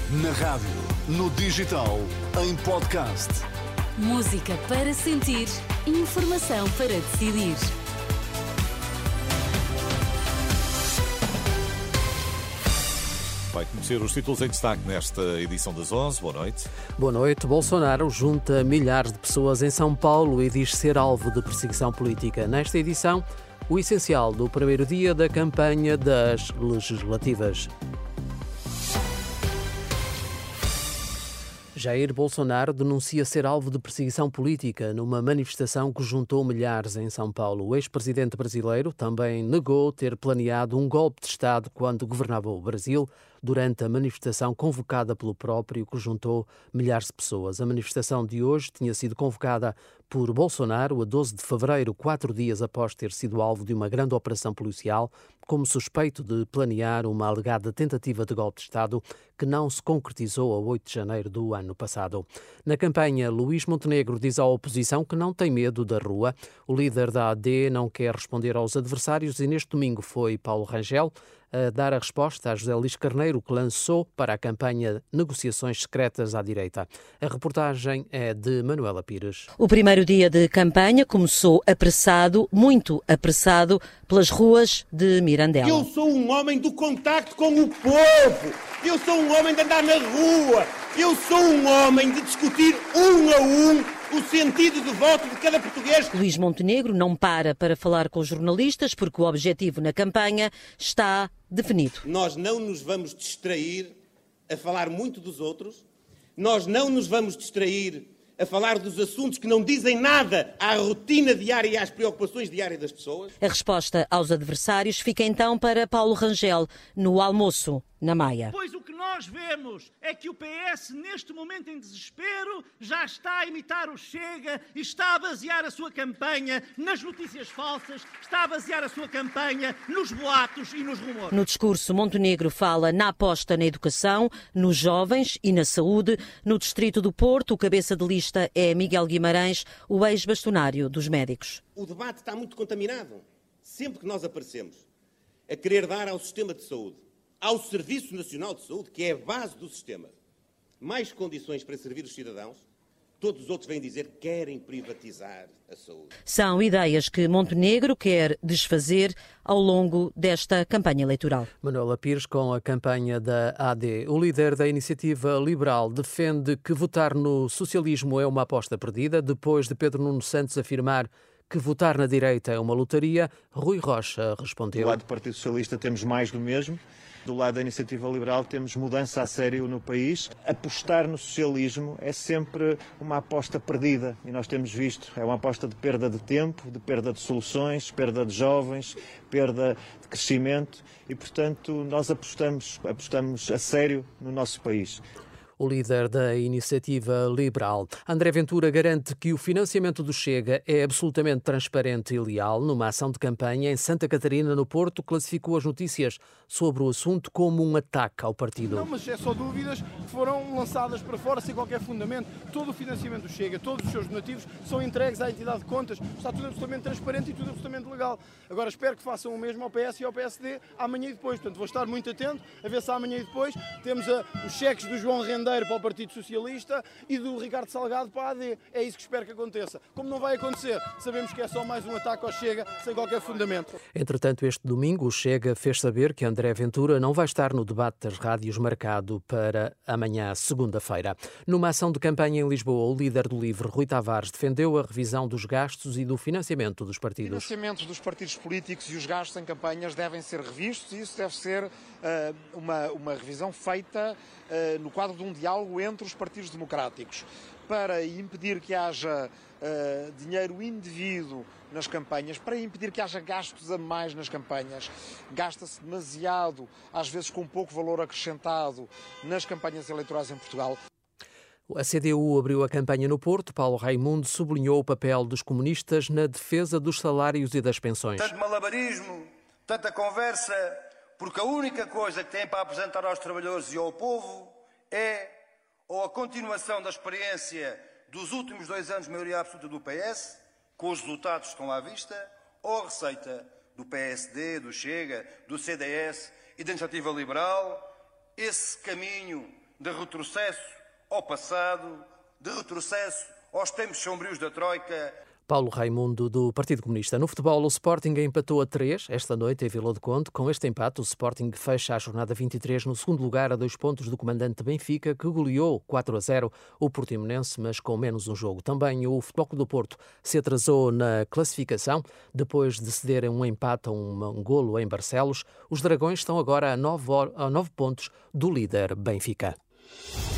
Na rádio, no digital, em podcast. Música para sentir, informação para decidir. Vai conhecer os títulos em destaque nesta edição das 11. Boa noite. Boa noite. Bolsonaro junta milhares de pessoas em São Paulo e diz ser alvo de perseguição política. Nesta edição, o essencial do primeiro dia da campanha das legislativas. Jair Bolsonaro denuncia ser alvo de perseguição política numa manifestação que juntou milhares em São Paulo. O ex-presidente brasileiro também negou ter planeado um golpe de Estado quando governava o Brasil, durante a manifestação convocada pelo próprio, que juntou milhares de pessoas. A manifestação de hoje tinha sido convocada por Bolsonaro a 12 de fevereiro, 4 dias após ter sido alvo de uma grande operação policial, como suspeito de planear uma alegada tentativa de golpe de Estado que não se concretizou a 8 de janeiro do ano passado. Na campanha, Luís Montenegro diz à oposição que não tem medo da rua. O líder da AD não quer responder aos adversários e neste domingo foi Paulo Rangel a dar a resposta a José Luís Carneiro, que lançou para a campanha negociações secretas à direita. A reportagem é de Manuela Pires. O primeiro dia de campanha começou apressado, muito apressado, pelas ruas de Mirandela. Eu sou um homem do contacto com o povo. Eu sou um homem de andar na rua. Eu sou um homem de discutir um a um o sentido de voto de cada português. Luís Montenegro não para falar com os jornalistas porque o objetivo na campanha está definido. Nós não nos vamos distrair a falar muito dos outros. Nós não nos vamos distrair a falar dos assuntos que não dizem nada à rotina diária e às preocupações diárias das pessoas. A resposta aos adversários fica então para Paulo Rangel, no almoço na Maia. Pois o que nós vemos é que o PS, neste momento em desespero, já está a imitar o Chega e está a basear a sua campanha nas notícias falsas, está a basear a sua campanha nos boatos e nos rumores. No discurso, Montenegro fala na aposta na educação, nos jovens e na saúde. No distrito do Porto, o cabeça de lista é Miguel Guimarães, o ex-bastonário dos médicos. O debate está muito contaminado. Sempre que nós aparecemos a querer dar ao sistema de saúde, ao Serviço Nacional de Saúde, que é a base do sistema, mais condições para servir os cidadãos, todos os outros vêm dizer que querem privatizar a saúde. São ideias que Montenegro quer desfazer ao longo desta campanha eleitoral. Manuela Pires com a campanha da AD. O líder da Iniciativa Liberal defende que votar no socialismo é uma aposta perdida. Depois de Pedro Nuno Santos afirmar que votar na direita é uma lotaria, Rui Rocha respondeu. Do lado do Partido Socialista temos mais do mesmo. Do lado da Iniciativa Liberal temos mudança a sério no país. Apostar no socialismo é sempre uma aposta perdida e nós temos visto, é uma aposta de perda de tempo, de perda de soluções, perda de jovens, perda de crescimento e, portanto, nós apostamos a sério no nosso país. O líder da Iniciativa Liberal, André Ventura, garante que o financiamento do Chega é absolutamente transparente e leal. Numa ação de campanha em Santa Catarina, no Porto, classificou as notícias sobre o assunto como um ataque ao partido. Não, mas é só dúvidas que foram lançadas para fora sem qualquer fundamento. Todo o financiamento do Chega, todos os seus donativos são entregues à entidade de contas. Está tudo absolutamente transparente e tudo absolutamente legal. Agora espero que façam o mesmo ao PS e ao PSD amanhã e depois. Portanto, vou estar muito atento a ver se amanhã e depois temos os cheques do João Rendeiro para o Partido Socialista e do Ricardo Salgado para a AD. É isso que espero que aconteça. Como não vai acontecer, sabemos que é só mais um ataque ao Chega sem qualquer fundamento. Entretanto, este domingo o Chega fez saber que André Ventura não vai estar no debate das rádios marcado para amanhã, segunda-feira. Numa ação de campanha em Lisboa, o líder do LIVRE, Rui Tavares, defendeu a revisão dos gastos e do financiamento dos partidos. O financiamento dos partidos políticos e os gastos em campanhas devem ser revistos e isso deve ser uma revisão feita no quadro de um diálogo entre os partidos democráticos para impedir que haja dinheiro indevido nas campanhas, para impedir que haja gastos a mais nas campanhas. Gasta-se demasiado, às vezes com pouco valor acrescentado, nas campanhas eleitorais em Portugal. A CDU abriu a campanha no Porto. Paulo Raimundo sublinhou o papel dos comunistas na defesa dos salários e das pensões. Tanto malabarismo, tanta conversa, porque a única coisa que têm para apresentar aos trabalhadores e ao povo é ou a continuação da experiência dos últimos 2 anos de maioria absoluta do PS, com os resultados que estão à vista, ou a receita do PSD, do Chega, do CDS e da Iniciativa Liberal. Esse caminho de retrocesso ao passado, de retrocesso aos tempos sombrios da Troika. Paulo Raimundo, do Partido Comunista. No futebol, o Sporting empatou a 3 esta noite em Vila do Conde. Com este empate, o Sporting fecha a jornada 23 no segundo lugar, a 2 pontos do comandante Benfica, que goleou 4-0 o Portimonense, mas com menos um jogo. Também o Futebol Clube do Porto se atrasou na classificação, depois de cederem um empate a um golo em Barcelos. Os Dragões estão agora a 9 pontos do líder Benfica.